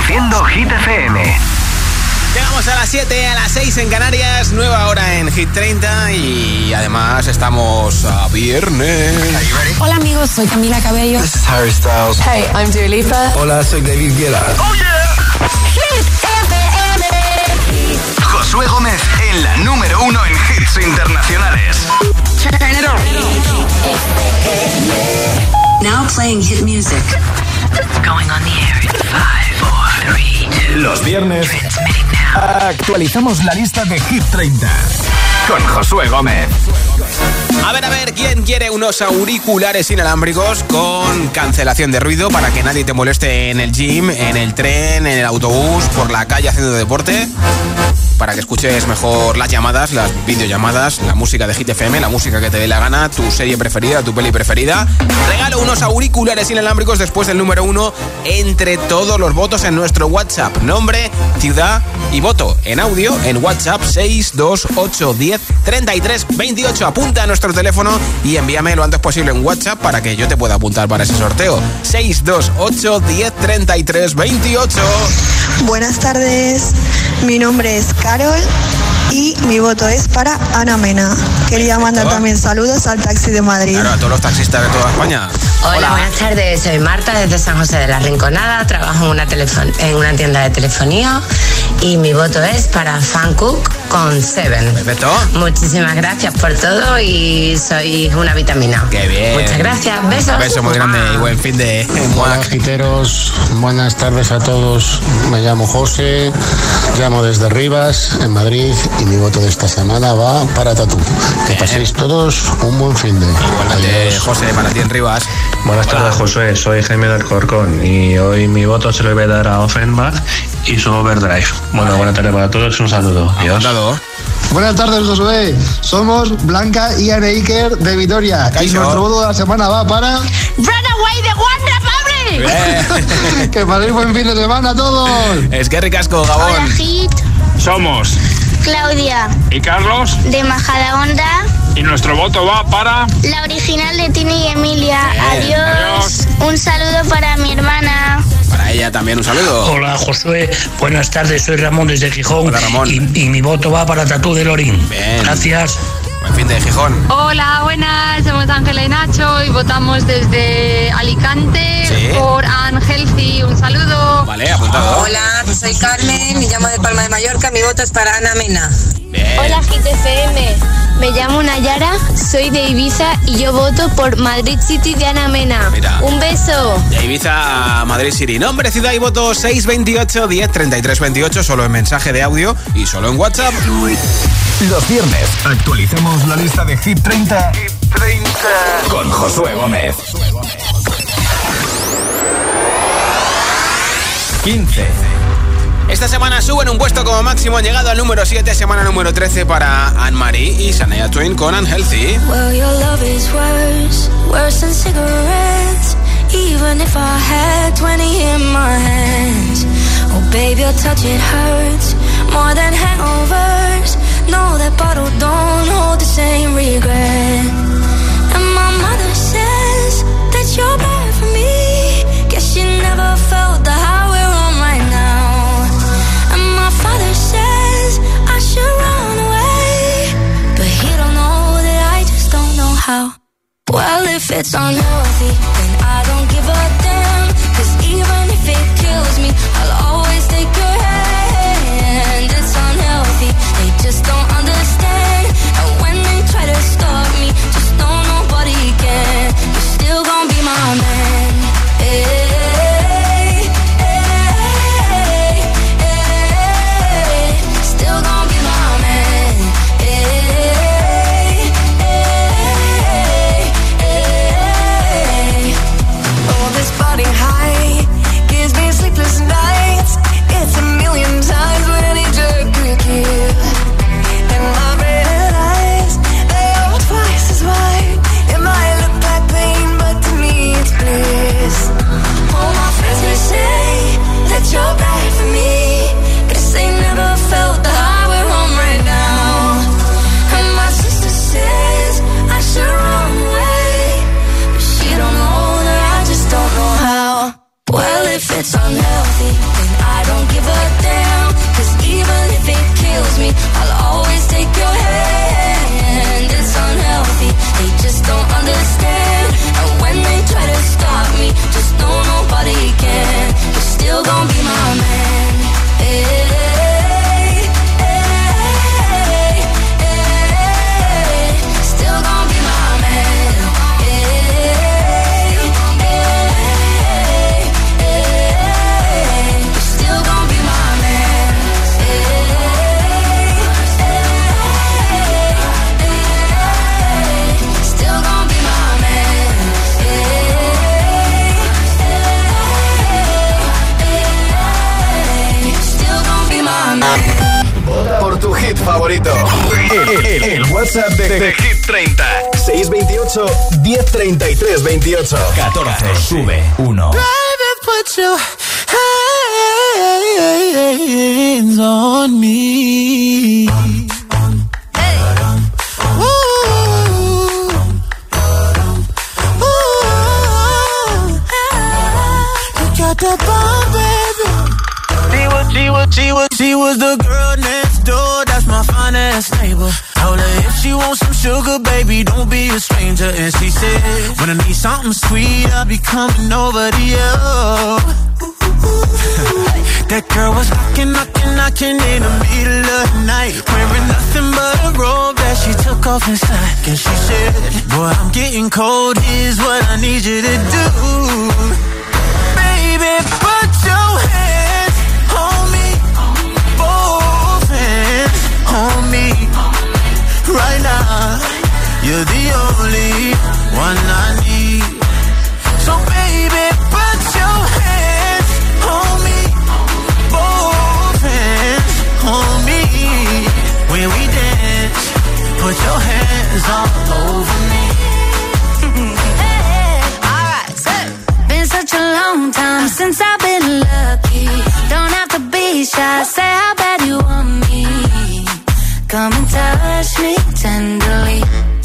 Haciendo Hit FM. Llegamos a las 7, a las 6 en Canarias, nueva hora en Hit 30 y además estamos a viernes. Hola amigos, soy Camila Cabello. This is Harry Styles. Hey, I'm Dua Lipa. Hola, soy David Guetta. ¡Oh, yeah! Hit FM. Josué Gómez en la número 1 en hits internacionales. Turn it on. Now playing hit music. Going on the air in 5, 4, 3, 2. Los viernes Transmitting now. actualizamos la lista de Hit 30 con Josué Gómez. A ver, ¿quién quiere unos auriculares inalámbricos con cancelación de ruido para que nadie te moleste en el gym, en el tren, en el autobús, por la calle haciendo deporte? Para que escuches mejor las llamadas, las videollamadas, la música de Hit FM, la música que te dé la gana, tu serie preferida, tu peli preferida. Regalo unos auriculares inalámbricos después del número 1 entre todos los votos en nuestro WhatsApp. Nombre, ciudad y voto en audio en WhatsApp 628 10 33 28. Apunta a nuestro teléfono y envíame lo antes posible en WhatsApp para que yo te pueda apuntar para ese sorteo. 628 10 33 28. Buenas tardes, mi nombre es Carol y mi voto es para Ana Mena. Quería mandar también saludos al Taxi de Madrid. Claro, a todos los taxistas de toda España. Hola, buenas tardes, soy Marta desde San José de la Rinconada, trabajo en una tienda de telefonía y mi voto es para Fan Cook con Seven. Perfecto. Muchísimas gracias por todo y sois una vitamina. Qué bien. Muchas gracias, besos. Un beso muy grande y buen fin de... Hola giteros, buenas tardes a todos. Me llamo José, llamo desde Rivas, en Madrid, y mi voto de esta semana va para Tatú. Que paséis todos un buen fin de... Igualmente, José, para ti en Rivas. Buenas tardes, Josué, soy Jaime del Corcón y hoy mi voto se lo voy a dar a Offenbach y su Overdrive. Bueno, buenas tardes para todos, un saludo. Adiós. Buenas tardes, Josué. Somos Blanca y Anne Iker de Vitoria. Y nuestro voto de la semana va para... Runaway de One Republic. Que paséis buen fin de semana a todos. Es que ricasco, Gabón. Hola, Hit. Somos Claudia y Carlos de Majadahonda. y nuestro voto va para... La original de Tini y Emilia. Adiós. Un saludo para mi hermana. Para ella también un saludo. Hola Josué, buenas tardes, soy Ramón desde Gijón. Hola, Ramón. Y mi voto va para Tatú de Lorín. Bien. Gracias. Buen fin de Gijón. Hola, buenas, somos Ángela y Nacho y votamos desde Alicante por Angelci. Un saludo. Vale, apuntado. Hola, soy Carmen y llamo de Palma de Mallorca. Mi voto es para Ana Mena. Bien. Hola, Hit FM. Me llamo Nayara, soy de Ibiza y yo voto por Madrid City de Ana Mena. Mira. Un beso. De Ibiza a Madrid City. Nombre, ciudad y voto 628 10 33 28. Solo en mensaje de audio y solo en WhatsApp. Los viernes actualizamos la lista de Hit 30 con Josué Gómez. 15. Esta semana suben un puesto como máximo, han llegado al número 7, semana número 13 para Anne-Marie y Shania Twain con Unhealthy. Well, your love is worse than cigarettes. Even if I had 20 in my hands. Oh, baby, your touch, it hurts more than hangovers. No, that bottle don't hold the same regret. And my mother says that you're bad for me. Guess she never felt the high we're on right now. And my father says I should run away, but he don't know that I just don't know how. Well, if it's unhealthy, then I don't give a damn. 'Cause even if it kills me, I'll always take your hand. It's unhealthy, they just don't understand. And when they try to stop me, just know nobody can. You're still gonna be my man. Hey, hey, hey, still gonna be my man. Hey, hey, hey, unhealthy, then I don't give a damn. Cause even if it kills me, I'll always take your hand. It's unhealthy, they just don't understand. And when they try to stop me, just know nobody can. You're still gonna be my man. Hey, hey, hey, still gonna be my man. Hey, hey, hey, you're still gonna be my man. Hey, hey, hey, still gonna be my man. Hey, hey, still gonna be my man. Vota por tu hit favorito. El WhatsApp de Hit 30. 628 1033 28. 14. Sube 1. Baby, put your hands on me. Ooh. Ooh. You got that bomb, baby. She was the girl next door, that's my finest neighbor. Told her if she wants some sugar, baby, don't be a stranger. And she said, when I need something sweet, I'll be coming over to you. That girl was knocking in the middle of the night, wearing nothing but a robe that she took off inside. And she said, boy, I'm getting cold, here's what I need you to do. Baby, put your hands on me, both hands on me, right now. You're the only one I need. So baby, put your hands on me, both hands on me. When we dance, put your hands all over me. Hey, alright, so been such a long time since I've been lucky. Don't have to be shy, say how bad you want me. Come and touch me tenderly.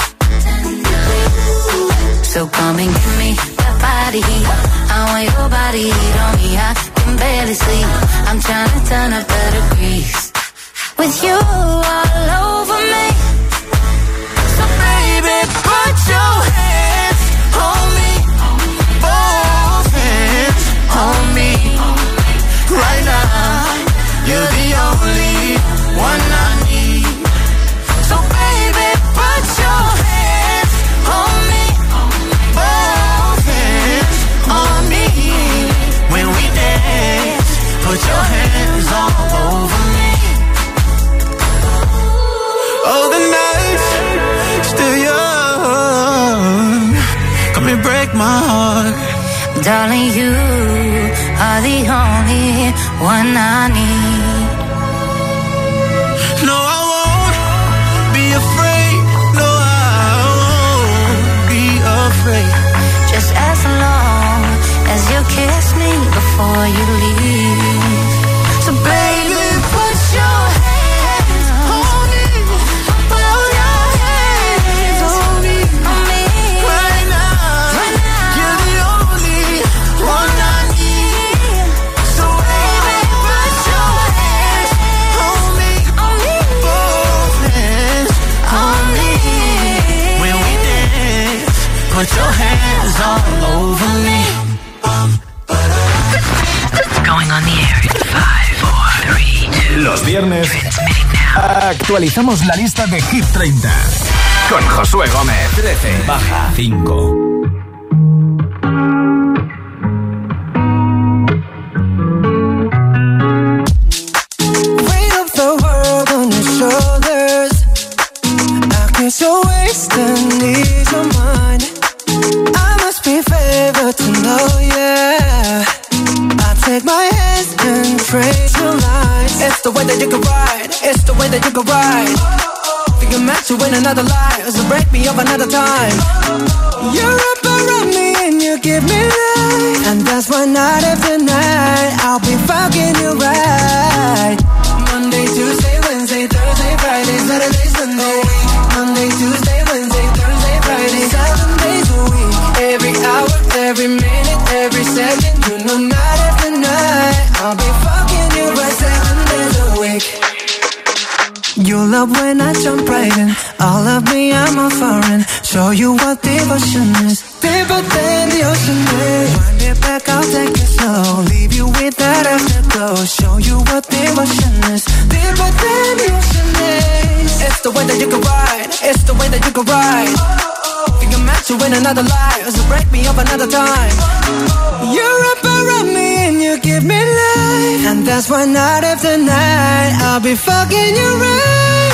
So come and give me that body heat. I want your body heat on me. I can barely sleep. I'm trying to turn up the degrees with you all over me. So baby, put your hands on me, both hands on me, right now. You're the only one I need. So baby, put your hands on me, both hands on me. When we dance, put your hands all over me. Oh, the night's still young. Come and break my heart. Darling, you are the only one I need. No, I won't be afraid. No, I won't be afraid. Just as long as you kiss me before you leave. So baby, put your hands on me. Put your hands on me. Right now. You're the only one I need. So baby, put your hands on me. Both hands on me. When we dance, put your hands all over me. Going on the air in 5, 4, 3, 2. Los viernes actualizamos la lista de Hit 30 con Josué Gómez. 13 baja 5. Your waist and ease your mind. I must be favored to know, yeah. I take my hands and trace your lines. It's the way that you can ride. It's the way that you can ride. Think you're meant to win another life, so break me up another time. You're up around me and you give me life, and that's why night after night I'll be fucking you right. Monday, Tuesday, Wednesday, Thursday, Friday, Saturday, Sunday. Monday, Tuesday, Wednesday, Thursday, Friday, 7 days a week. Every hour, every minute, every second. You know night after night I'll when I jump right in. All of me, I'm a foreign. Show you what devotion is. Deeper than the ocean is. Wind it back, I'll take it slow. Leave you with that afterglow. Show you what devotion is. Deeper than the ocean is. It's the way that you can ride. It's the way that you can ride. Think I'm meant to win another life, so break me up another time. You're up around me and you give me life, and that's why night after night I'll be fucking you right.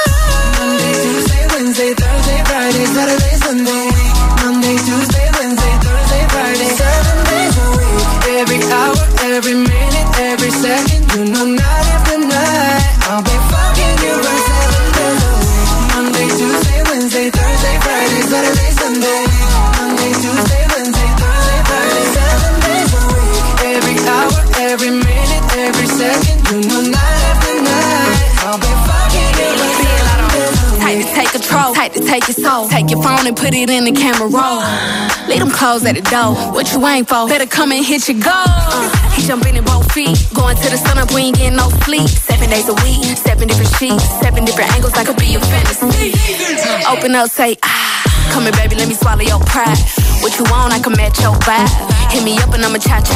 Monday, Tuesday, Wednesday, Thursday, Friday, Saturday, Sunday. Monday, Tuesday, Wednesday, Thursday, Friday, 7 days a week. Every hour, every minute, every second. You know night after night I'll be fucking you right 7 days a week. Monday, Tuesday, Wednesday, Thursday, Friday, Saturday, Sunday. Monday, Tuesday, Wednesday, Thursday, Friday, 7 days a week. Every hour, every minute, every second. You know night after night I'll be fucking you right 7 days a week. Tight to take control, tight to take your soul. Take your phone and put it in the camera roll. Leave them clothes at the door. What you ain't for? Better come and hit your goal. He jumping in both feet. Going to the sun up, we ain't getting no sleep. 7 days a week, 7 different sheets, 7 different angles, that could be a fantasy. Open up, say, come here, baby, let me swallow your pride. What you want, I can match your vibe. Hit me up and I'ma cha-cha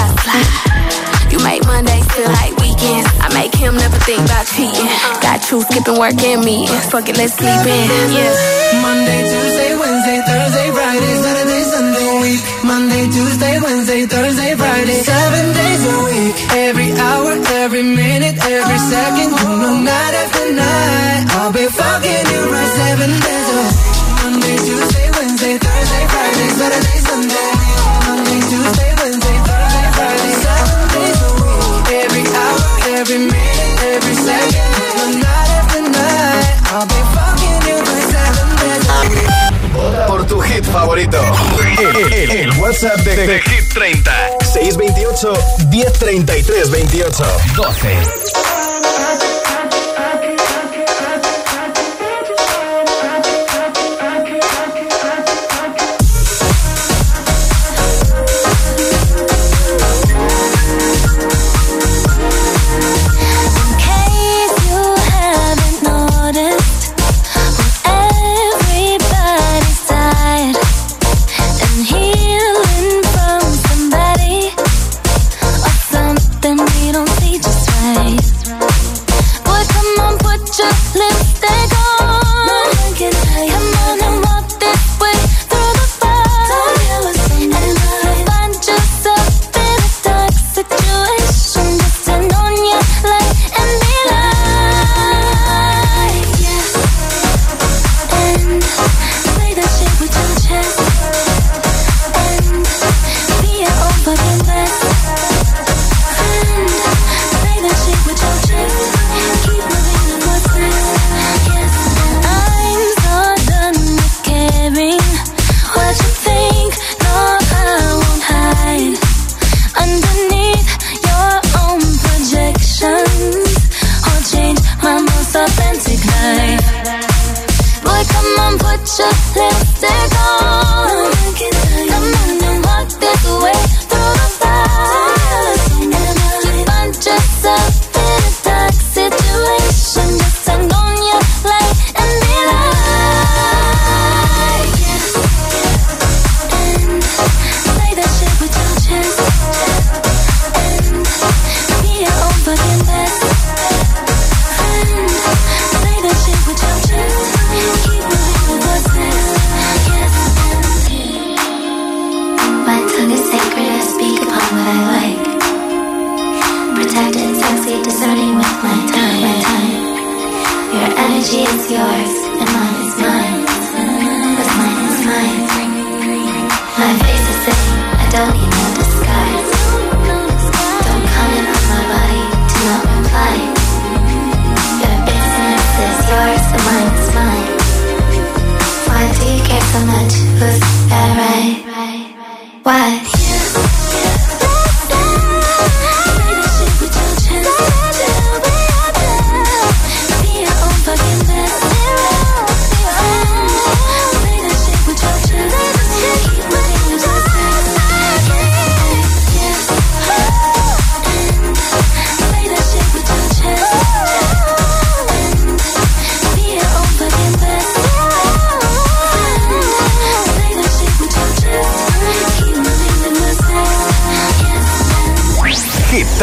slide. You make Mondays feel like weekends. I make him never think about cheating. Got you skipping work and me. Fuck it, let's sleep in. Yeah. Monday, Tuesday, Wednesday, Thursday, Friday, Saturday, Sunday, week. Monday, Tuesday, Wednesday, Thursday, Friday, 7 days a week. Every hour, every minute, every second. You know night after night I'll be fucking you right 7 days a week. Monday, Tuesday, Wednesday, Thursday, Friday, Saturday, Sunday. Monday, Tuesday, Wednesday, Thursday, Friday, 7 days a week. Every hour, every minute, every second. You know night after night I'll be fucking you right 7 days a week. Por tu hit favorito. El WhatsApp de Hit 30. 628 1033 28 12.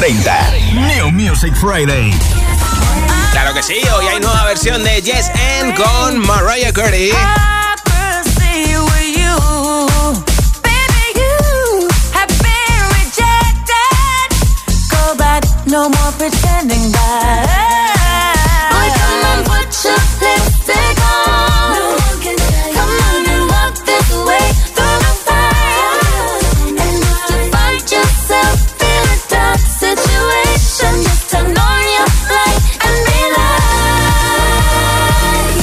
30. New Music Friday. Claro que sí, hoy hay nueva versión de Yes and con Mariah Carey. No more pretending that. Boy, come on, put your lipstick on. No one can tell you. Come on and walk this way through the fire. And if you find yourself in a dark situation, just turn on your light and be light.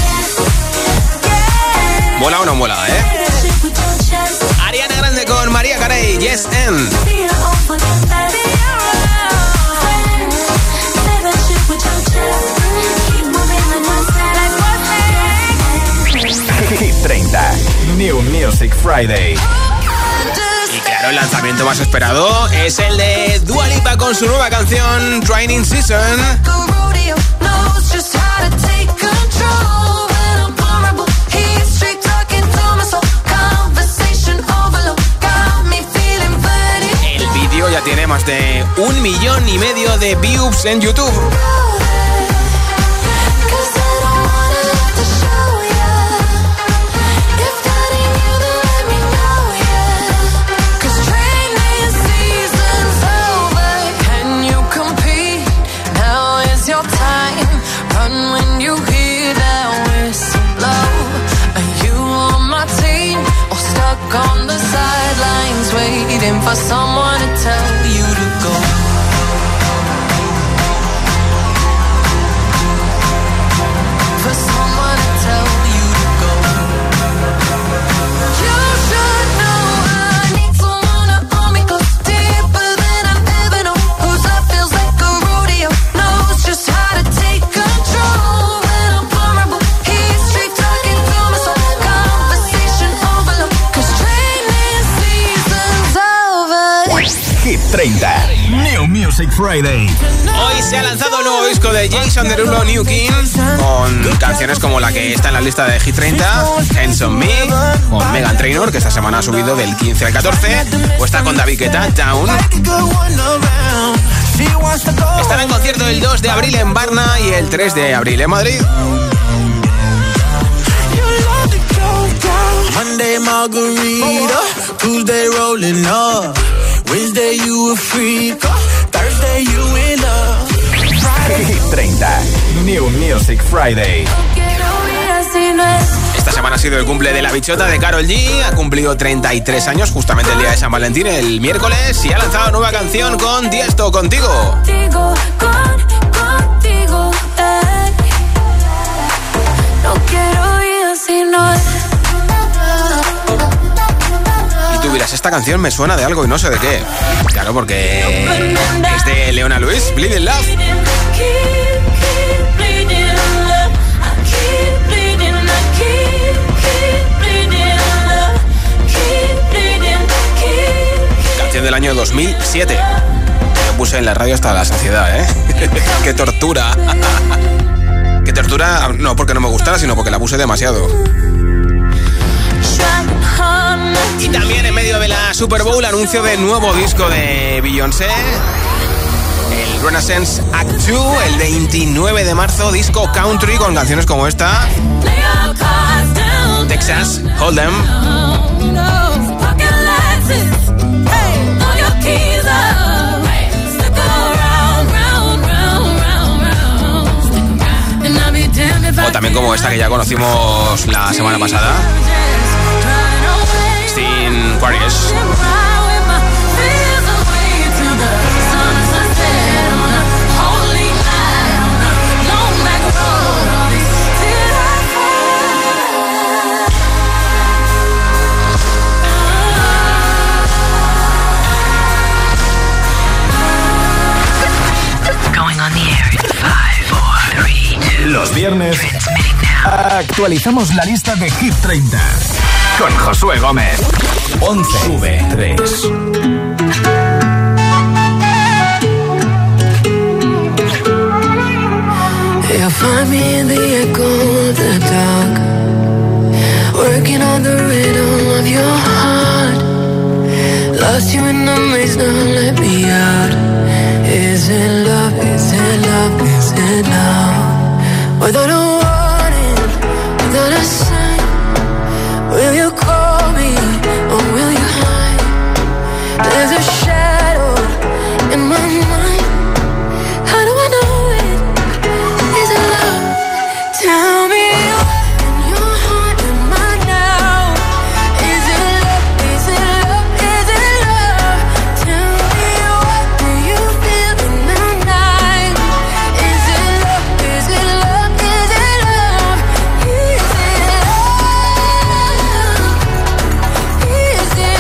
Yeah. Mola o no mola, Ariana Grande con Mariah Carey, Yes and. Hit 30. New Music Friday. Y claro, el lanzamiento más esperado es el de Dua Lipa con su nueva canción Training Season. El vídeo ya tiene más de 1,5 millones de views en YouTube. On the sidelines waiting for someone to tell you to go. For someone to tell you to go. You should know I need someone to hold me close, deeper than I've ever known. Whose love feels like a rodeo, knows just how to take control. When I'm vulnerable, he's straight talking through my soul. Conversation overload. Hit 30. New Music Friday. Hoy se ha lanzado el nuevo disco de Jason Derulo, New King, con canciones como la que está en la lista de Hit 30, Hands on Me, con Meghan Trainor, que esta semana ha subido del 15 al 14, o está con David Guetta, Down. Estará en concierto el 2 de abril en Varna y el 3 de abril en Madrid. Monday margarita, Tuesday rolling up, Wednesday you a freak, Thursday you in love. Hit 30. New Music Friday. Esta semana ha sido el cumple de la bichota de Karol G. Ha cumplido 33 años, justamente el día de San Valentín, el miércoles, y ha lanzado nueva canción con Tiesto, Contigo. Contigo, no quiero ir si no es. Y tú dirás, esta canción me suena de algo y no sé de qué. Claro, porque es de Leona Lewis, Bleed in Love. Canción del año 2007. Yo puse en la radio hasta la saciedad, ¿eh? ¡Qué tortura! ¡Qué tortura! No porque no me gustara, sino porque la puse demasiado. Y también en medio de la Super Bowl, anuncio de nuevo disco de Beyoncé, el Renaissance Act 2, el 29 de marzo, disco country con canciones como esta, Texas Hold'em. O también como esta que ya conocimos la semana pasada, Steen Aquarius. Los viernes actualizamos la lista de Hit 30 con Josué Gómez. 11 sube 3. You'll find me in the echo of the dark, working on the rhythm of your heart. Lost you in the maze, now let me out. Is it love, is it love, is it love? Without a warning, without a sign, will you call me or will you hide? There's a shadow in my mind. How do I know it? Is it love? Tell me what in your heart am I now? Is it love? Is it love? Is it love? Tell me what do you feel in the night? Is it love? Is it love? Is it love? Is it love? Is it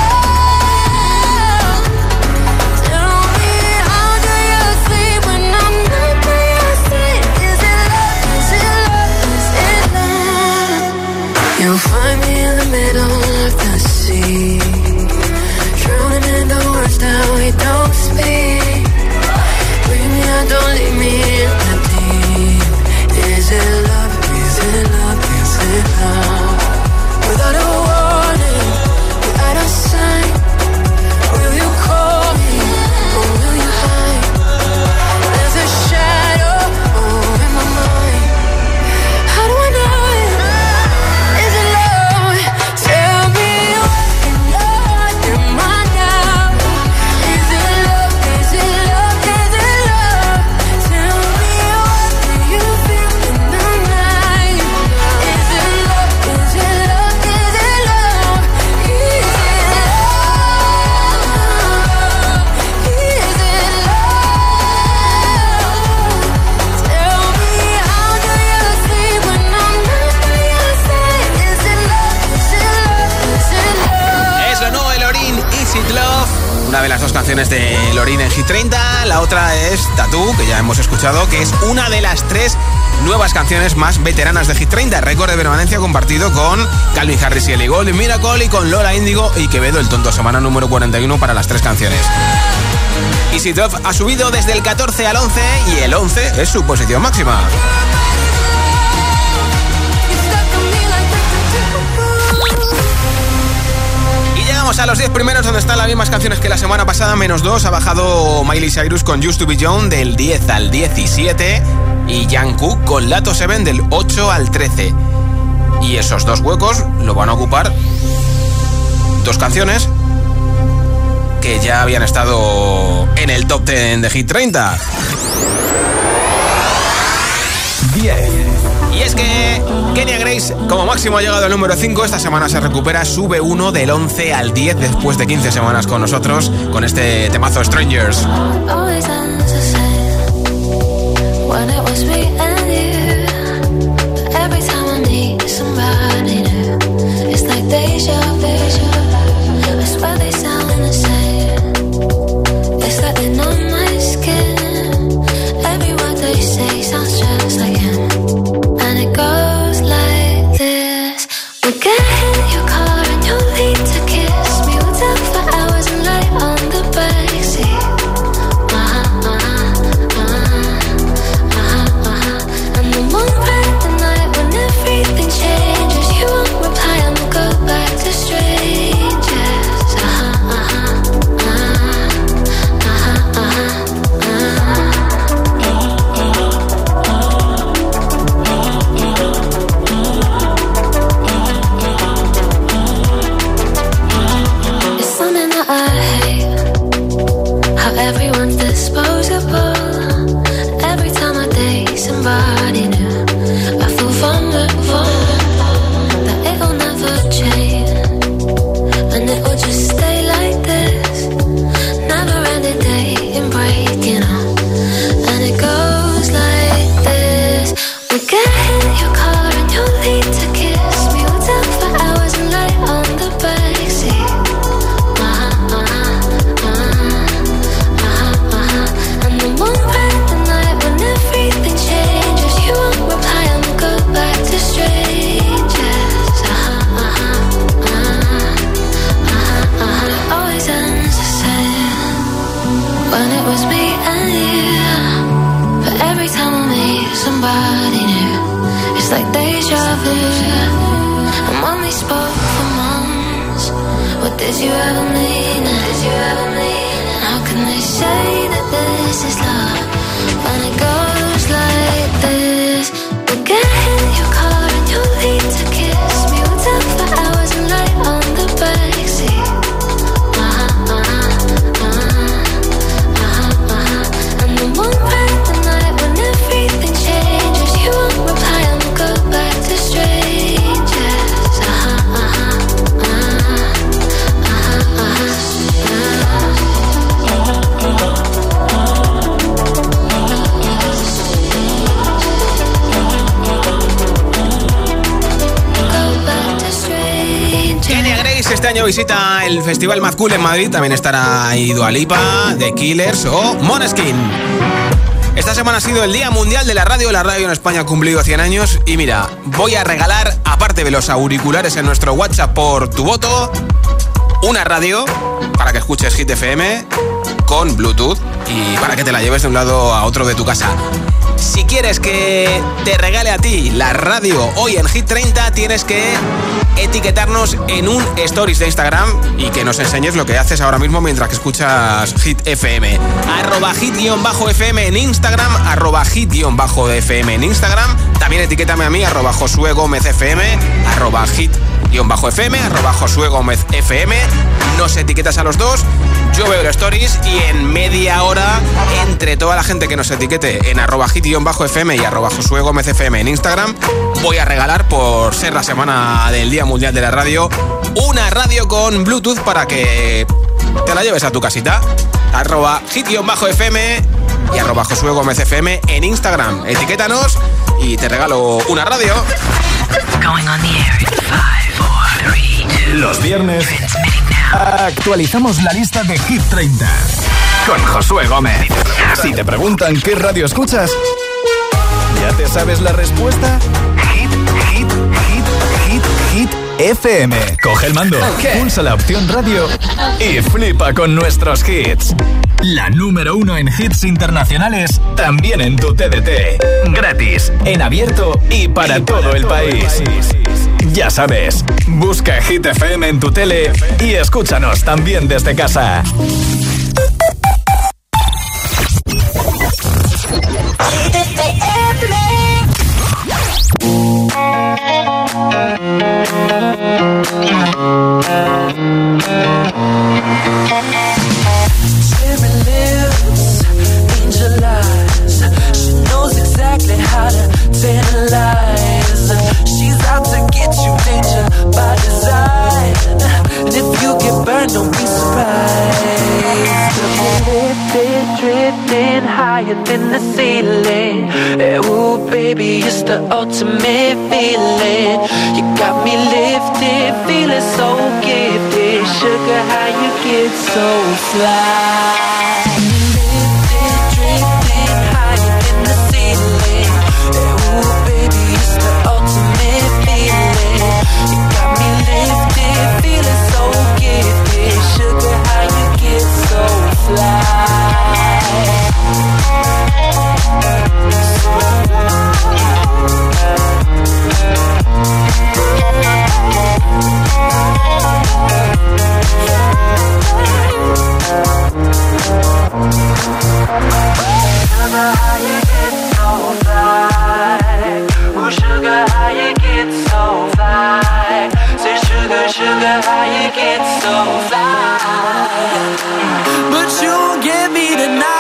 love? Tell me how do you sleep when I'm not by your side? Is it love? Is it love? Is it love? You'll find me in the middle of the sea, drowning in the words that we don't speak. Bring me out, don't leave me in the deep. Is it love? Is it love? Is it love? Without a warning, without a sign, will you call me or will you hide? There's a shadow in my mind. How do I know it? Is it love? Tell me what in your heart am I now? Is it love? Is it love? Is it love? Tell me what do you feel in the night? Is it love? Is it love? Is it love? Is it love? Is it love? Tell me how do you sleep when I'm not by your side? Is it love? Is it love? Is it love? Es lo nuevo de Lorin, Is It Love. Una de las dos canciones de Lorin en Hit 30. La otra es Tattoo, que ya hemos escuchado, que es una de las 3 nuevas canciones más veteranas de Hit 30. Récord de permanencia compartido con Calvin Harris y Ellie Goulding, Miracle, y con Lola Índigo y Quevedo, el tonto. Semana número 41 para las 3 canciones. Is It Love ha subido desde el 14 al 11 y el 11 es su posición máxima. Y llegamos a los 10 primeros, donde están las mismas canciones que la semana pasada, menos 2. Ha bajado Miley Cyrus con Used to Be Young del 10 al 17 y Jungkook con Lato 7 del 8 al 13. Y esos 2 huecos lo van a ocupar 2 canciones que ya habían estado en el top 10 de Hit 30. 10. Y es que Kenya Grace como máximo ha llegado al número 5. Esta semana se recupera, sube 1 del 11 al 10 después de 15 semanas con nosotros, con este temazo Strangers. Always ends the same when it was me and you. But every time I need somebody new, it's like deja vu. I swear they sound the same. It's like they know my skin. Every word they say sounds just like him. And it goes like this. We get in your car and you leave to kiss me. We'll talk for hours and lie on the backseat. And the moon bright the night when everything changes. You won't reply and we'll go back to strangers. It's something that I hate, how everyone's disposable. Every time I date somebody new, I feel vulnerable, that it'll never change, and it will just stay like this. Never ending day and break, you know. And it goes like this. We get in your car and you leave to kiss me. We'll talk for hours and lie on the backseat. And the moon bright the night when everything changes. You won't reply and we'll go back to strangers. It always ends the same when it was me and you. But every time I meet somebody new, it's like deja vu. And when we spoke for months, what did you ever mean? How can they say that this is love when it goes like this. We'll get in your car and you'll need to kiss me. We'll talk for hours and lie on the backseat. And then one night, the night when everything changes, you won't reply and we'll go back to strangers. Kenya Grace este año visita el Festival Mad Cool en Madrid. También estará ahí Dua Lipa, The Killers o Måneskin. Esta semana ha sido el Día Mundial de la Radio. La radio en España ha cumplido 100 años. Y mira, voy a regalar, aparte de los auriculares en nuestro WhatsApp por tu voto, una radio para que escuches Hit FM con Bluetooth y para que te la lleves de un lado a otro de tu casa. Si quieres que te regale a ti la radio hoy en Hit 30, tienes que etiquetarnos en un stories de Instagram y que nos enseñes lo que haces ahora mismo mientras que escuchas Hit FM. @hit_fm en Instagram, @hit_fm en Instagram. También etiquétame a mí, @Josué Gómez FM, @hit_fm, @Josué Gómez FM. Nos etiquetas a los dos, yo veo los stories y en media hora, entre toda la gente que nos etiquete en @hit_fm y @Josué Gómez FM en Instagram, voy a regalar, por ser la semana del Día Mundial de la Radio, una radio con Bluetooth para que te la lleves a tu casita. @hit_fm y @Josué Gómez FM en Instagram. Etiquétanos y te regalo una radio. Going on the air in 5, 4, 3, 2. Los viernes actualizamos la lista de Hit 30 con Josué Gómez. Si te preguntan qué radio escuchas, ¿ya te sabes la respuesta? Hit FM. Coge el mando, pulsa la opción radio y flipa con nuestros hits. La número 1 en hits internacionales, también en tu TDT. Gratis, en abierto y para todo el país. Ya sabes, busca Hit FM en tu tele y escúchanos también desde casa. Cherry lips, angel eyes. She knows exactly how to tantalize. She's out to get you, danger by design. And if you get burned, don't be surprised. Lifted, drifting higher than the ceiling. Ooh, baby, it's the ultimate feeling. You got me lifted, feeling so gifted. Sugar, how you get so fly? Lifted, drifting higher than the ceiling. Ooh, baby, it's the ultimate feeling. You got me lifted, feeling so gifted. Sugar, how you get so fly? Sugar, how you get so fly? Say sugar, sugar, how you get so fly? But you won't get me tonight.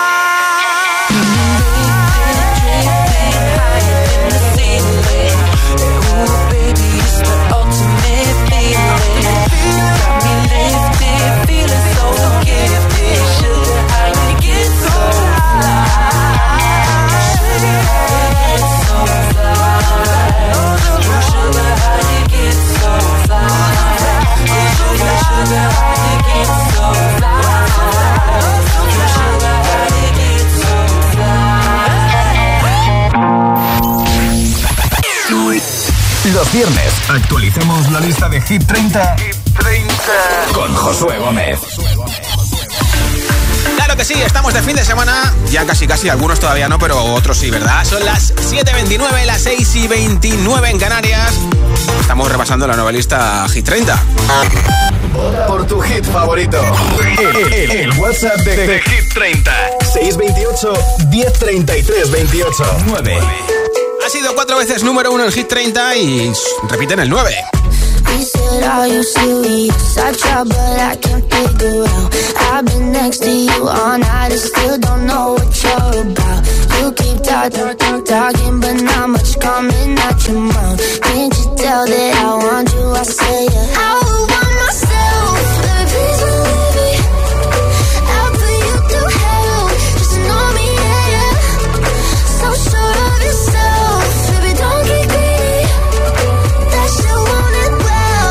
Los viernes actualizamos la lista de Hit 30 con Josué Gómez. Claro Claro que sí, estamos de fin de semana. Ya casi, algunos todavía no, pero otros sí, ¿verdad? Son las 7:29, las 6:29 en Canarias. Estamos repasando la nueva lista Hit 30. Por tu hit favorito. El WhatsApp de Hit 30. 628 1033 28 9. Ha sido 4 veces número 1 en Hit 30 y repiten el 9. He said, are you serious? I try, but I can't figure out. I've been next to you all night and still don't know what you're about. You keep talking, but not much coming out your mouth. Can't you tell that I want you? I say, yeah. I would want myself, baby, please believe me. I'll put you through hell, just know me, yeah, yeah. So sure of yourself, baby, don't get greedy. That you want it well,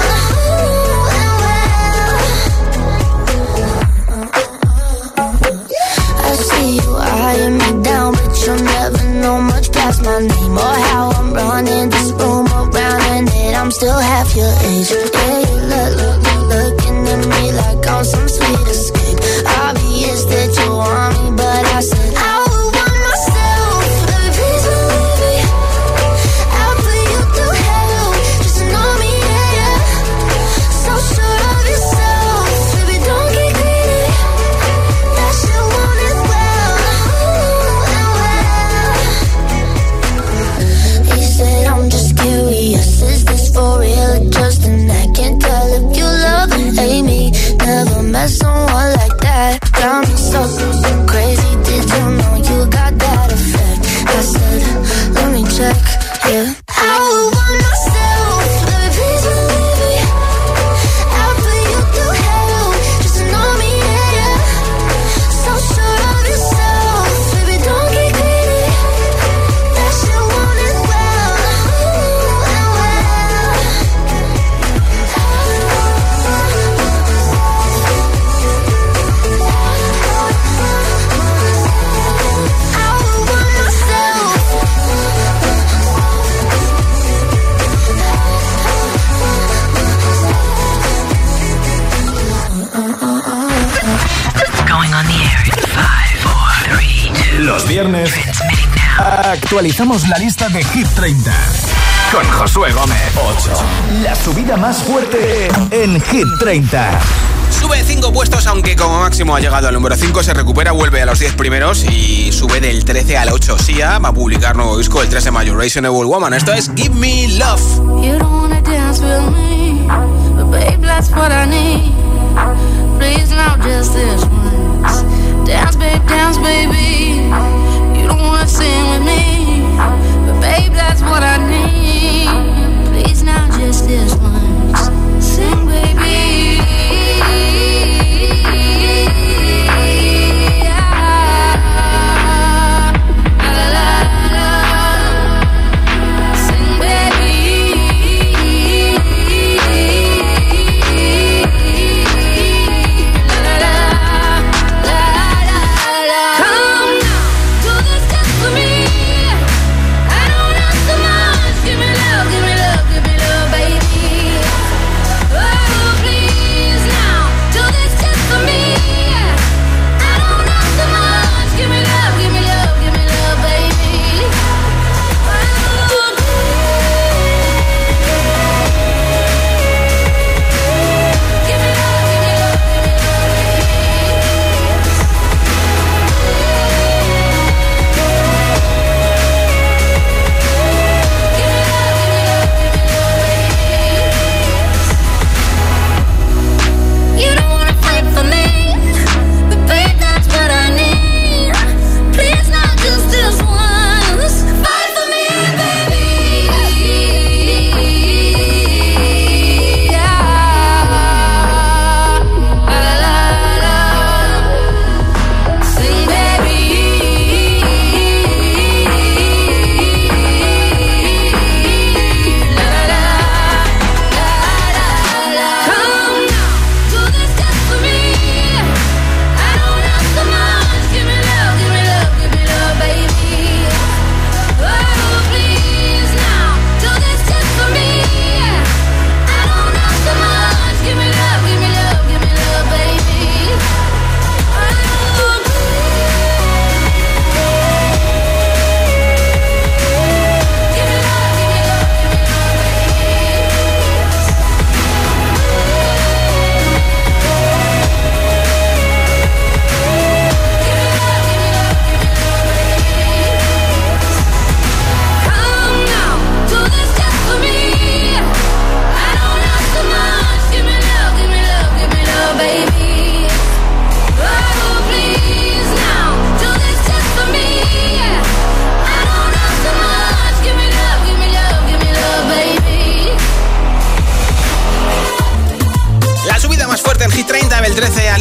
I see you eyeing me down, but you'll never know much past my name or how I'm running this room around, and that I'm still half your age. Yeah, you looking at me like I'm some sweet escape. Obvious that you want me, but I said I would want myself, baby, please believe me. I'll put you through hell, just know me, yeah, yeah. So sure of yourself, baby, don't get greedy. That you want it well, He said I'm just curious, is this for real or just an act? Can't tell if you love or hate me. Never met someone like that. Got me so crazy, did you know you got that effect? I said, let me check, yeah. I would want myself, baby, please believe me. I'll put you through hell, just know me, yeah, yeah. So sure of yourself, baby, don't get greedy. That you want it well, Going on the air in 5, 4, 3, 2. Los viernes actualizamos la lista de Hit 30 con Josué Gómez. 8. La subida más fuerte en Hit 30. Sube 5 puestos, aunque como máximo ha llegado al número 5, se recupera, vuelve a los 10 primeros y sube del 13 al 8. Sia va a publicar nuevo disco el 13 de mayo, Reasonable Woman. Esto es Give Me Love. You don't wanna dance with me, but babe, that's what I need. Please now just this once. Dance baby. You don't wanna sing with me, but babe, that's what I need. Please now just this once. Sing, baby.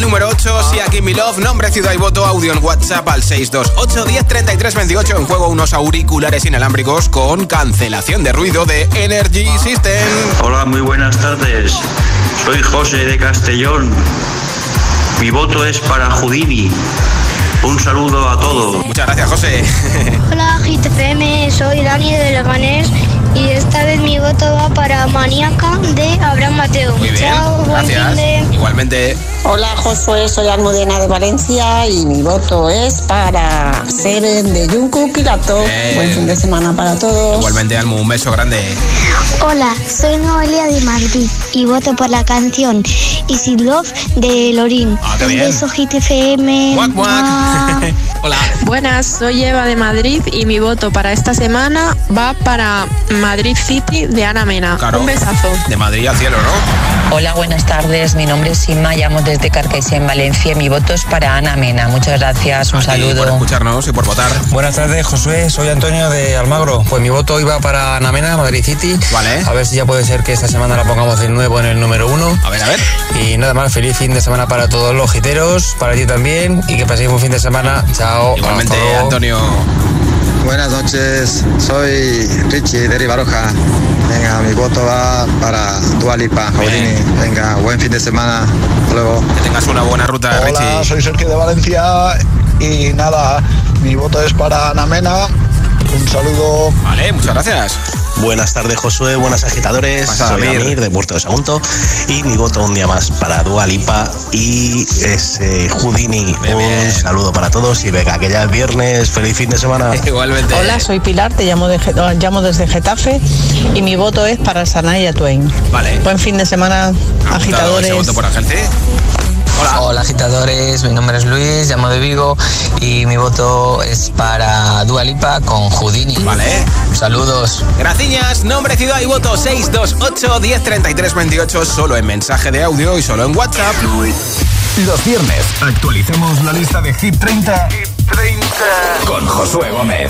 número 8, sí, aquí mi love, nombre, ciudad y voto, audio en WhatsApp al 628 10 33 28. En juego unos auriculares inalámbricos con cancelación de ruido de Energy System. Hola, muy buenas tardes. Soy José de Castellón. Mi voto es para Houdini. Un saludo a todos. Muchas gracias, José. Hola, Hit FM, soy Dani de Leganés y esta vez mi voto va para Maníaca de Abraham Mateo. Muy bien, chao, gracias. Buen fin de... Igualmente. Hola, Josué, soy Almudena de Valencia y mi voto es para Seven de Jungkook y Lato. Buen fin de semana para todos. Igualmente, Almu, un beso grande. Hola, soy Noelia de Madrid y voto por la canción Easy Love de Lorin. Qué Un bien. beso, Hit FM. Guac, guac. Hola. Buenas, soy Eva de Madrid y mi voto para esta semana va para Madrid City de Ana Mena. Claro. Un besazo. De Madrid al cielo, ¿no? Hola, buenas tardes. Mi nombre es Inma, llamo desde Carquesa, en Valencia. Mi voto es para Ana Mena. Muchas gracias, un saludo. Por escucharnos y por votar. Buenas tardes, Josué. Soy Antonio de Almagro. Pues mi voto iba para Ana Mena, Madrid City. Vale. A ver si ya puede ser que esta semana la pongamos de nuevo en el número 1. A ver, a ver. Y nada más, feliz fin de semana para todos los giteros, para ti también. Y que paséis un fin de semana. Chao. Igualmente, Antonio. Buenas noches, soy Richie de Ribaroja. Venga, mi voto va para Dua Lipa, Houdini. Venga, buen fin de semana. Hasta luego. Que tengas una buena ruta, Hola, Richie. soy Sergio de Valencia y nada, mi voto es para Ana Mena. Un saludo. Vale, muchas gracias. Buenas tardes, Josué, buenas agitadores. Soy Amir de Puerto de Sagunto y mi voto un día más para Dua Lipa y Houdini. Un saludo para todos y venga, que ya es viernes. Feliz fin de semana. Igualmente. Hola, soy Pilar, te llamo desde Getafe y mi voto es para Shania Twain. Vale. Buen fin de semana, agitadores. Ese voto por Ángel, ¿sí? Hola, agitadores, mi nombre es Luis, llamo de Vigo y mi voto es para Dua Lipa con Houdini. Vale. Saludos. Gracias, nombre, ciudad y voto 628 10 33 28, solo en mensaje de audio y solo en WhatsApp. Los viernes actualicemos la lista de Hit 30 con Josué Gómez.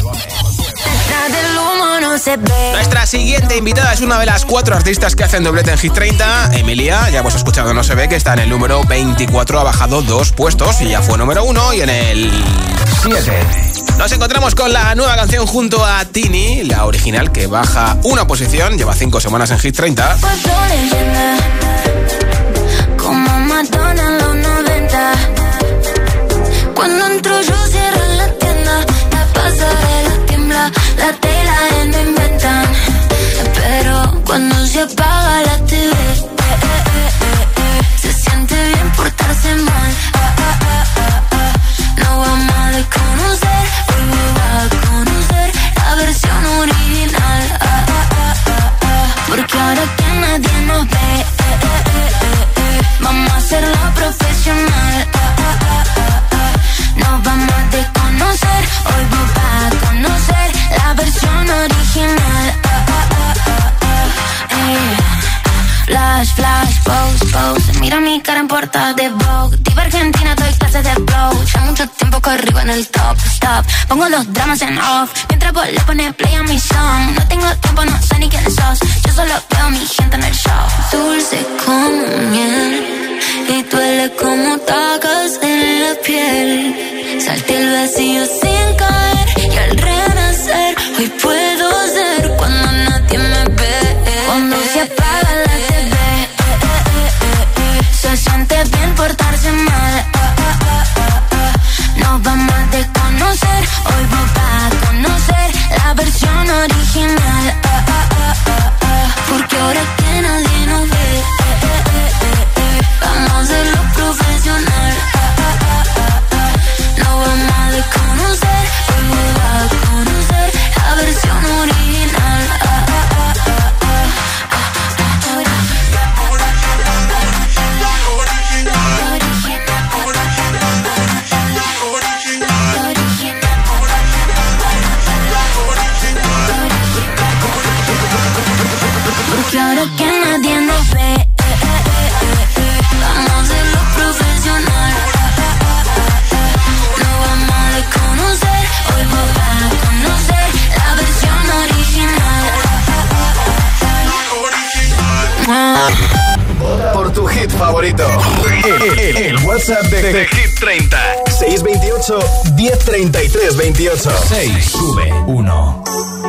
Nuestra siguiente invitada es una de las 4 artistas que hacen doblete en Hit 30. Emilia, ya hemos escuchado No se ve, que está en el número 24, ha bajado 2 puestos y ya fue número 1. Y en el 7 nos encontramos con la nueva canción junto a Tini, la original, que baja una posición, lleva 5 semanas en Hit 30. Como Madonna en los 90. Cuando entro yo cierran la tienda, la pasarela tiembla, la tela no inventan. Pero cuando se apaga la TV, se siente bien portarse mal. No vamos a desconocer, hoy me va a conocer la versión original. Porque ahora que nadie nos ve, vamos a hacerlo profesional. Nos vamos a desconocer, hoy vos vas a conocer la versión original. Flash, flash, pose, pose. Mira mi cara en portada de Vogue. Diva argentina, doy clases de flow. Ya mucho tiempo que arriba en el top, stop. Pongo los dramas en off, mientras vos le pones play a mi song. No tengo tiempo, no sé ni quién sos. Yo solo veo a mi gente en el show. Dulce como miel y duele como tacas en la piel. Salté el vacío sin caer y al renacer hoy puedo ser cuando nadie me ve. Cuando se apaga la TV, se siente bien portarse mal. Nos vamos a desconocer, hoy vos vas a conocer la versión original. Porque ahora que nadie nos ve, vamos a hacerlo profesional. Nos vamos a desconocer, hoy hit favorito. El WhatsApp de Hit 30. 628 1033 28. 6 sube 1.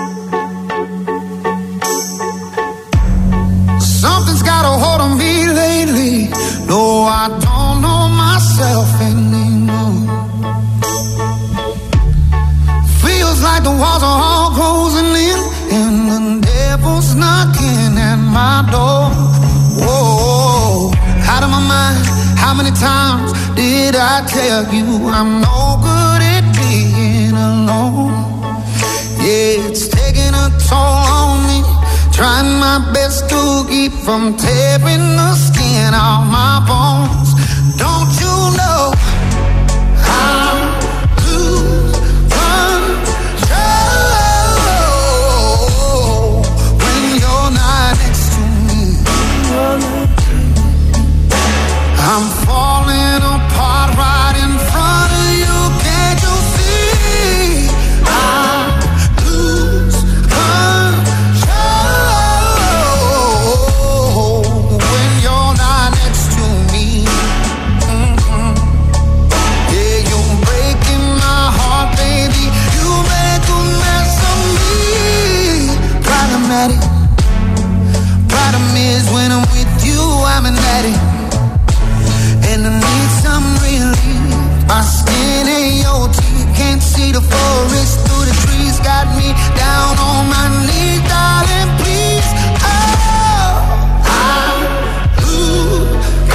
Something's got a hold on me lately. No, I don't know myself anymore. Feels like the walls are all closing in, and the devil's knocking at my door. Whoa, out of my mind. How many times did I tell you I'm no good at being alone? Yeah, it's taking a toll on me. Trying my best to keep from tearing the skin off my bones. Don't you know I'm lose control when you're not next to me? I'm falling apart right in front of you. Can't you see? I lose control when you're not next to me. Yeah, you're breaking my heart, baby. You make a mess of me. Problematic. Problem is when I'm with you, I'm an addict. And I need some relief. My skin ain't your teeth. Can't see the forest through the trees. Got me down on my knees, darling, please. Oh, I lose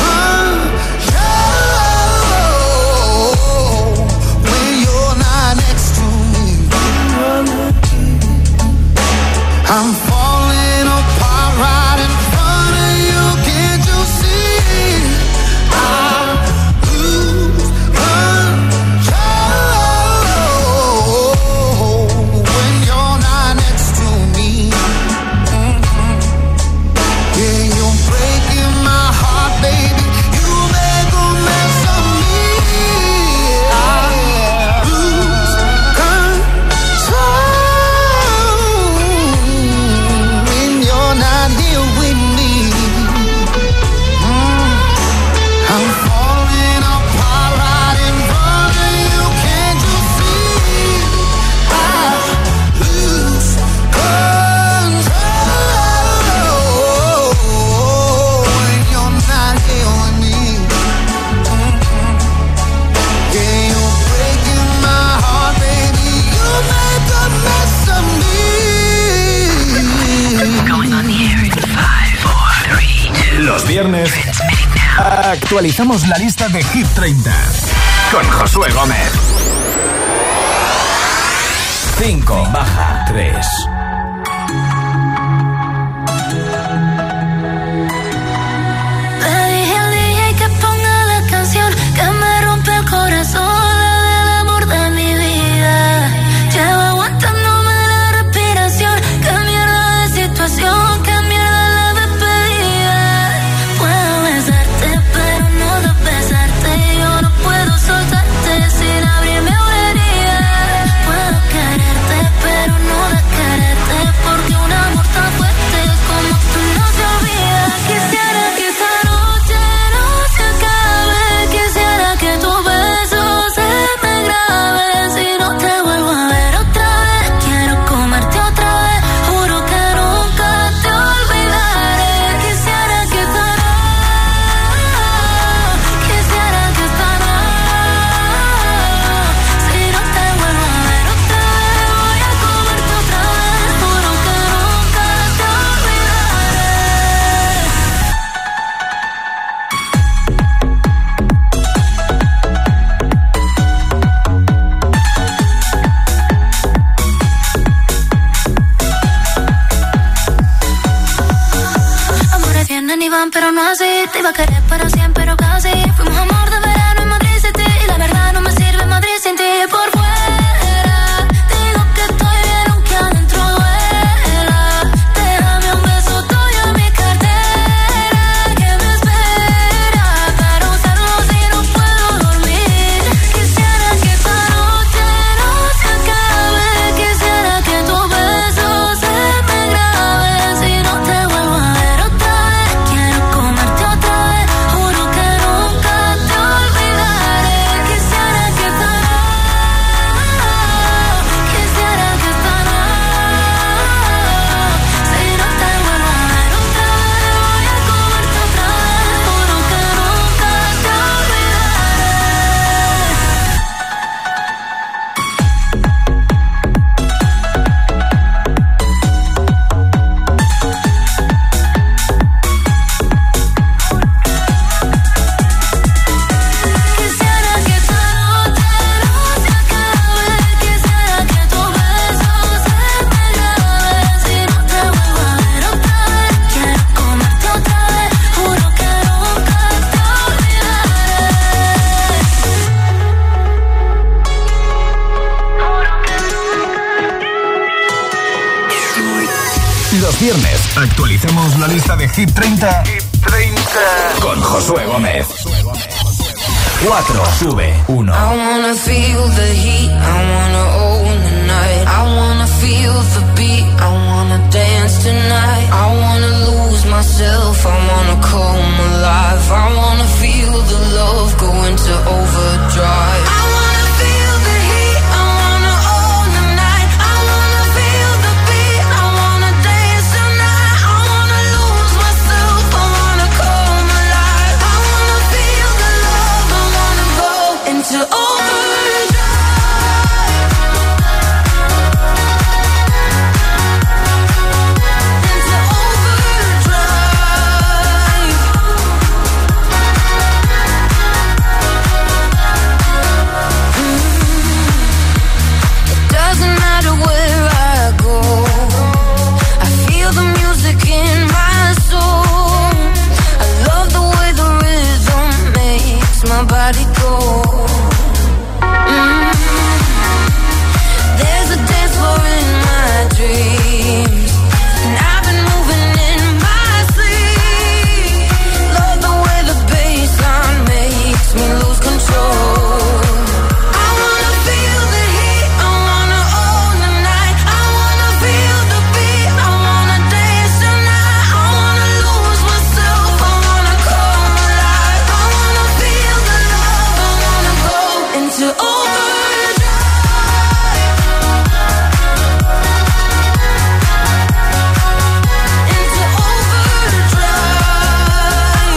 control when you're not next to me. I'm falling apart right in front of you. Can't you see? I lose control when you're not next to me. Yeah, you're breaking my heart, baby. You make a mess of me. I lose control when you're not here with me. I'm falling apart right in front of you. Can't you see? I lose control when you're not here with me. Yeah, you're breaking my heart, baby. You make a mess of me. Going on the air in 5, 4, 3, 2. Los viernes actualizamos la lista de Hit 30 con Josué Gómez. 5 baja 3. Le dije al DJ que ponga la canción que me rompe el corazón, la del amor de mi vida. Llevo aguantándome la respiración. Qué mierda de situación, qué mierda la despedida. Puedo besarte, pero no besarte. Yo no puedo soltarte sin abrirme una herida. Puedo quererte, pero no quererte, porque un amor tan fuerte como tú no se olvida. Quisiera que esta noche no se acabe. Quisiera que tu beso se me grabe. Si no te vuelvo a ver otra vez, quiero comerte otra vez. Juro que nunca te olvidaré. Quisiera que esta noche, quisiera que esta noche, si no te vuelvo a ver otra vez, voy a comerte otra vez. Juro que nunca te olvidaré. Amores vienen y van, pero no así. Te iba a querer para siempre, pero casi. Fuimos amor de verano en Madrid City, y la verdad no me sirve Madrid sin ti. Por fuera digo que estoy bien, aunque adentro duela. Déjame un beso tuyo en mi cartera, que me espera para usarlo si no puedo dormir. Quisiera que esta noche no se acabe. Quisiera que tu beso se me grabe. Si no te vuelvo a ver otra vez, quiero comerte otra vez. Los viernes actualicemos la lista de Hit 30, con Josué Gómez. 4, sube 1. I wanna feel the heat, I wanna own the night. I wanna feel the beat, I wanna dance tonight. I wanna lose myself, I wanna come alive. I wanna feel the love go into overdrive. I wanna feel the heat, I wanna own the night. I wanna feel the beat, I wanna dance tonight. I wanna lose myself, I wanna come alive. I wanna feel the love, I wanna go into overdrive. My body go. There's a dance floor in my dreams, and I've been moving in my sleep. Love the way the bassline makes me lose control. I wanna feel the heat, I wanna own the night. I wanna feel the beat, I wanna dance tonight. I wanna lose myself, I wanna come alive. I wanna feel the love, I wanna go into overdrive. Into overdrive.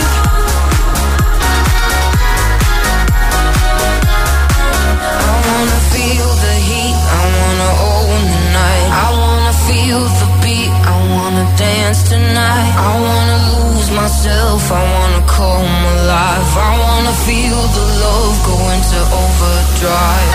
I wanna feel the heat, I wanna own the night. I wanna feel the beat, I wanna dance tonight. I wanna lose myself, I wanna come alive. I wanna feel the love go into overdrive.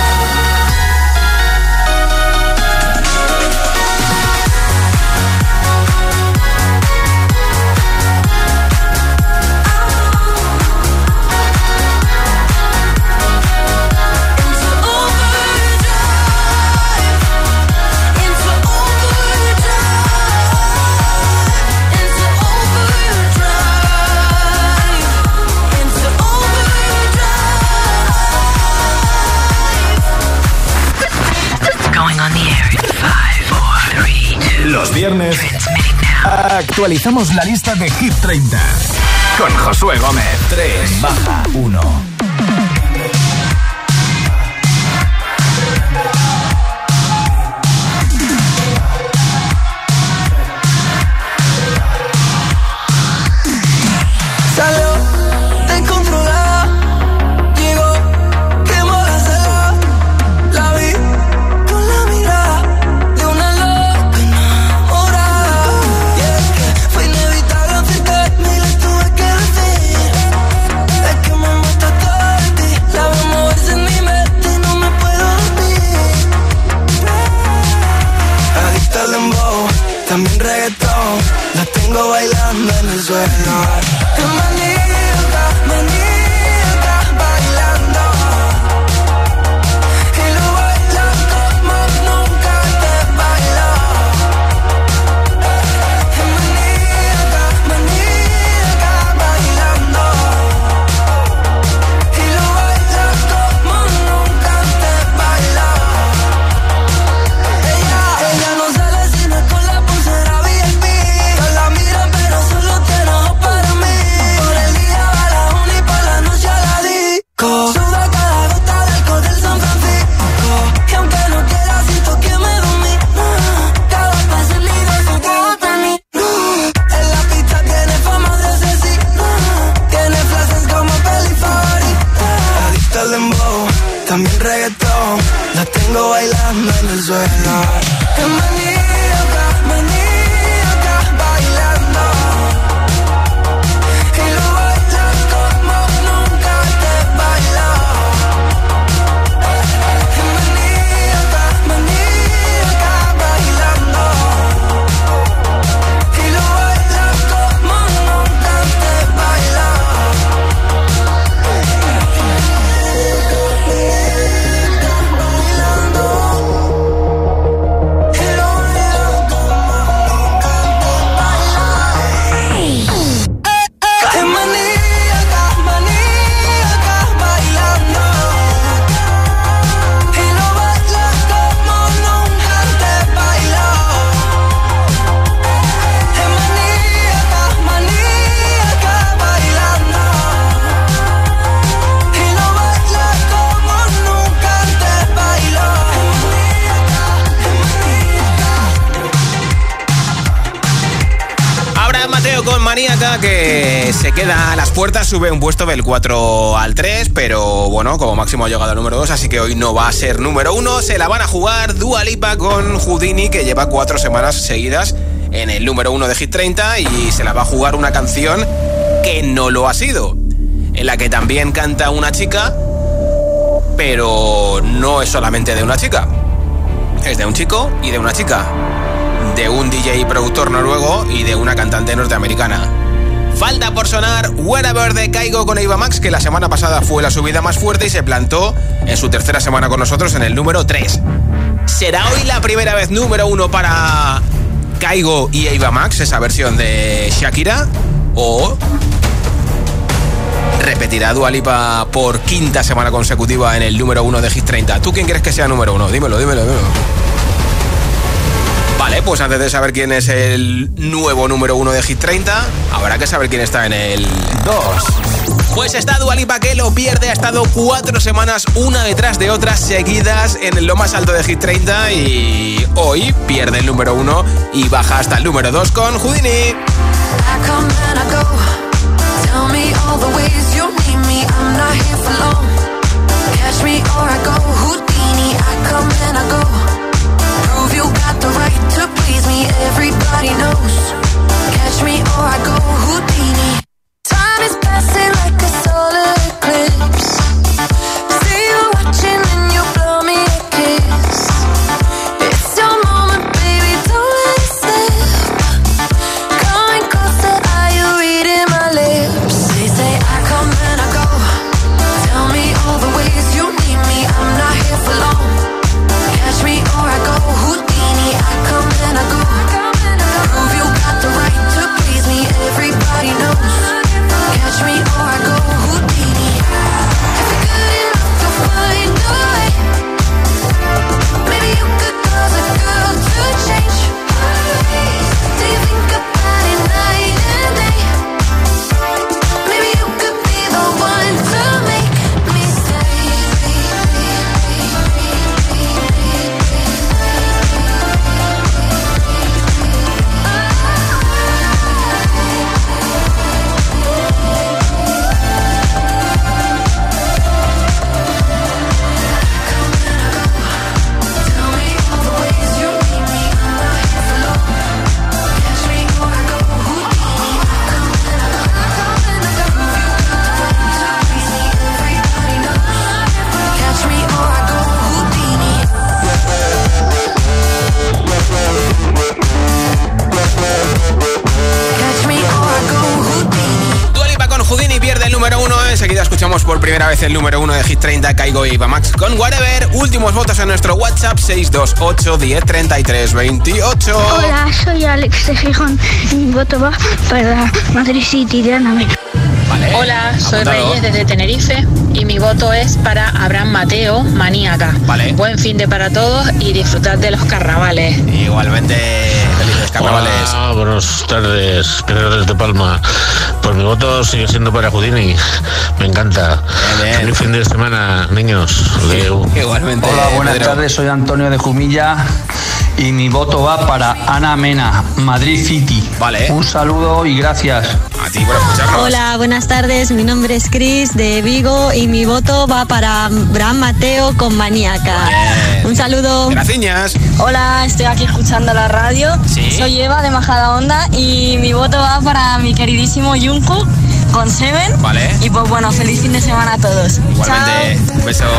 Los viernes actualizamos la lista de Hit 30 con Josué Gómez. 3 baja 1. También reggaetón, la tengo bailando en el suelo. Maníaca, maníaca, bailando. Y lo baila como nunca te bailó. Maníaca, maníaca, bailando. Y lo baila como nunca te bailó. Ella no sale sino con la pulsera VIP. Todos la miran pero solo tiene ojos para mí. Por el día va a la uni y por la noche a la disco. Suda cada gota del alcohol del San Francisco. Y aunque no quiera siento que me domina. Cada paso es libre su botani. En la pista tiene fama de asesina. Tiene frases como peli favorita. Adicta al dembow, también reggaetón. La tengo bailando en el suelo. Maníaca, maníaca, bailando. Y lo baila como nunca te bailó. Maníaca, maníaca, bailando. Y lo baila como nunca te bailó. Bailando. Y lo Maníaca, que se queda a las puertas, sube un puesto del 4 al 3, pero bueno, como máximo ha llegado al número 2, así que hoy no va a ser número 1. Se la van a jugar Dua Lipa con Houdini, que lleva 4 semanas seguidas en el número 1 de Hit 30, y se la va a jugar una canción que no lo ha sido, en la que también canta una chica, pero no es solamente de una chica, es de un chico y de una chica, de un DJ y productor noruego y de una cantante norteamericana. Falta por sonar Wherever de Kygo con Eva Max, que la semana pasada fue la subida más fuerte y se plantó en su tercera semana con nosotros en el número 3. ¿Será hoy la primera vez número 1 para Kygo y Eva Max, esa versión de Shakira? ¿O repetirá Dua Lipa por quinta semana consecutiva en el número 1 de Hit 30? ¿Tú quién crees que sea número 1? Dímelo. Vale, pues antes de saber quién es el nuevo número 1 de Hit 30, habrá que saber quién está en el 2. Pues está Dua Lipa, que lo pierde. Ha estado 4 semanas una detrás de otras seguidas en lo más alto de Hit 30 y hoy pierde el número 1 y baja hasta el número 2 con Houdini. You got the right to please me, everybody knows. Catch me or I go Houdini. Time is passing like a solar eclipse. See you watching and you blow me a kiss. It's your moment, baby, don't let it slip. Coming closer, are you reading my lips? They say I come and I go. Tell me all the ways you need me, I'm not here for long. Catch me or I go Houdini. I come and I go. Prove you got the right to please me. Everybody knows. Catch me or I go Houdini. If you're good enough to find a way, maybe you could cause a girl to change. Do you think about it night and day? Maybe you could be the one to make me stay. Enseguida escuchamos por primera vez el número 1 de Hit 30, Kygo y Eva Max con Whatever. Últimos votos en nuestro WhatsApp, 628 10 33 28. Hola, soy Alex de Gijón. Mi voto va para Madrid City de Ana Mena. Vale, hola, soy apuntado. Reyes desde Tenerife y mi voto es para Abraham Mateo, Maníaca. Vale. Buen fin de para todos y disfrutad de los carnavales. Igualmente, felices carnavales. Hola, buenas tardes, Pedro desde Palma. Pues mi voto sigue siendo para Houdini. Me encanta. Bien. Feliz fin de semana, niños. Leo. Igualmente. Hola, buenas Pedro. tardes, soy Antonio de Jumilla y mi voto va para Ana Mena, Madrid City. Vale. Un saludo y gracias. A ti por escucharnos. Hola, buenas tardes, mi nombre es Cris de Vigo y mi voto va para Abraham Mateo con Maníaca. Bien. Un saludo. Gracias. Hola, estoy aquí escuchando la radio. ¿Sí? Soy Eva de Majadahonda y mi voto va para mi queridísimo Jungkook con Seven. Vale. Y pues bueno, feliz fin de semana a todos. Igualmente, Chao. un beso.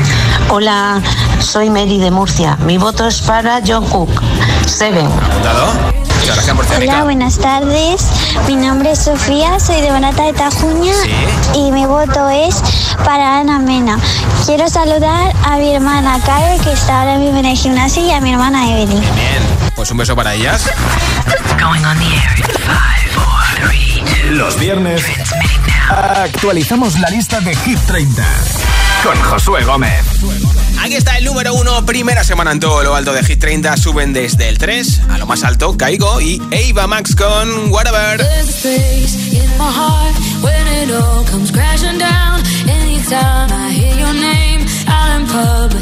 Hola, soy Mary de Murcia. Mi voto es para Jungkook. Seven. ¿Apuntado? Muchas gracias por Hola, Mónica. buenas tardes. Mi nombre es Sofía, soy de Barata de Tajuña y mi voto es para Ana Mena. Quiero saludar a mi hermana Karen, que está ahora mismo en el gimnasio, y a mi hermana Evelyn. Bien, pues un beso para ellas. Going on the air in 5, 4, 3, 2. Los viernes actualizamos la lista de Hit 30 con Josué Gómez. Aquí está el número 1, primera semana en todo lo alto de Hit 30. Suben desde el 3 a lo más alto, Kygo y Eva Max con Whatever. There's a space in my heart when it all comes crashing down. Anytime I hear your name out in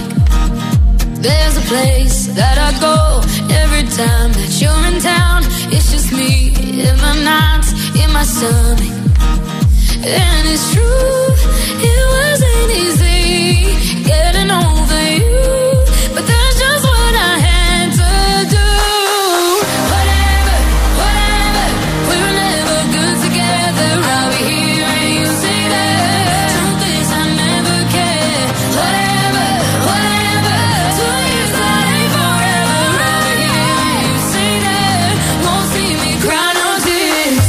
public, there's a place that I go every time that you're in town. It's just me in the nights, in on my stomach. And it's true, it wasn't easy getting over you, but that's just what I had to do. Whatever, whatever, we were never good together. I'll be here and you say that. Truth is I never cared. Whatever, whatever, 2 years that ain't forever. I'll be here and you say that. Won't see me cry no tears.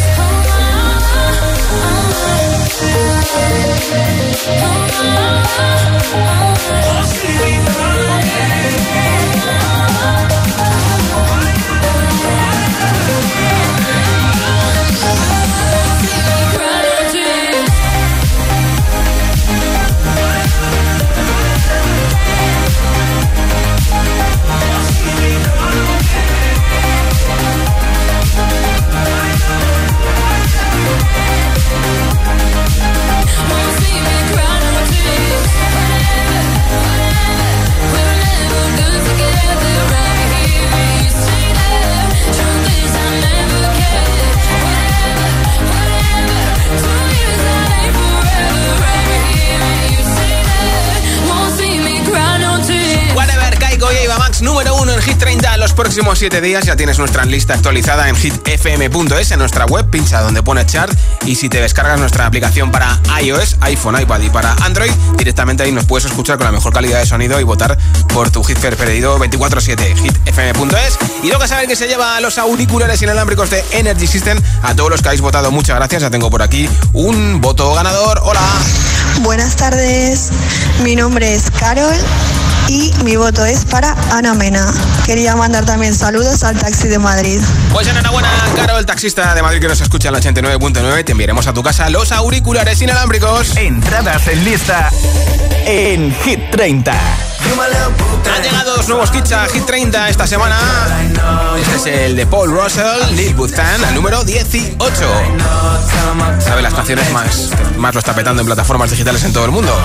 Número 1 en Hit 30 los próximos 7 días. Ya tienes nuestra lista actualizada en hitfm.es, en nuestra web, pincha donde pone chart, y si te descargas nuestra aplicación para iOS, iPhone, iPad y para Android, directamente ahí nos puedes escuchar con la mejor calidad de sonido y votar por tu hit preferido 24/7, hitfm.es. Y luego saber que se lleva los auriculares inalámbricos de Energy System. A todos los que habéis votado, muchas gracias. Ya tengo por aquí un voto ganador. Hola. Buenas tardes, mi nombre es Carol y mi voto es para Ana Mena. Quería mandar también saludos al taxi de Madrid. Pues enhorabuena, Carol, el taxista de Madrid que nos escucha en el 89.9. Te enviaremos a tu casa los auriculares inalámbricos. Entradas en lista en Hit 30. Han llegado 2 nuevos kits a Hit 30 esta semana. Este es el de Paul Russell, Lil Buthan, al número 18. ¿Sabe las canciones que más lo está petando en plataformas digitales en todo el mundo?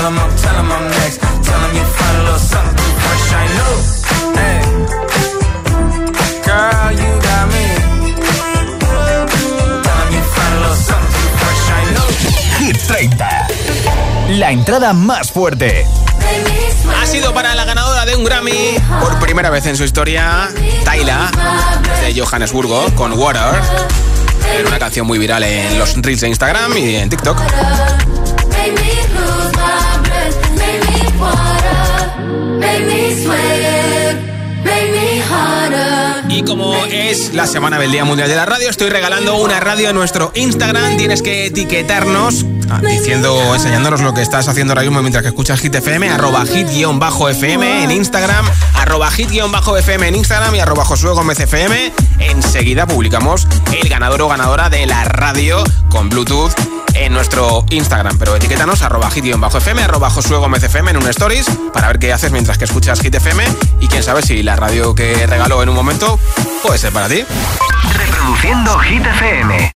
Hit 30. La entrada más fuerte. Ha sido para la ganadora de un Grammy por primera vez en su historia, Tyla, de Johannesburgo, con Water. Era una canción muy viral en los reels de Instagram y en TikTok. Y como es la semana del Día Mundial de la Radio, estoy regalando una radio en nuestro Instagram. Tienes que etiquetarnos enseñándonos lo que estás haciendo ahora mismo mientras que escuchas Hit FM, @hit_fm en Instagram, @hit_fm en Instagram y @Josué Gómez FM. Enseguida publicamos el ganador o ganadora de la radio con Bluetooth en nuestro Instagram, pero etiquétanos @hit_fm, @Josué Gómez FM en un stories para ver qué haces mientras que escuchas Hit FM, y quién sabe si la radio que regaló en un momento puede ser para ti. Reproduciendo Hit FM.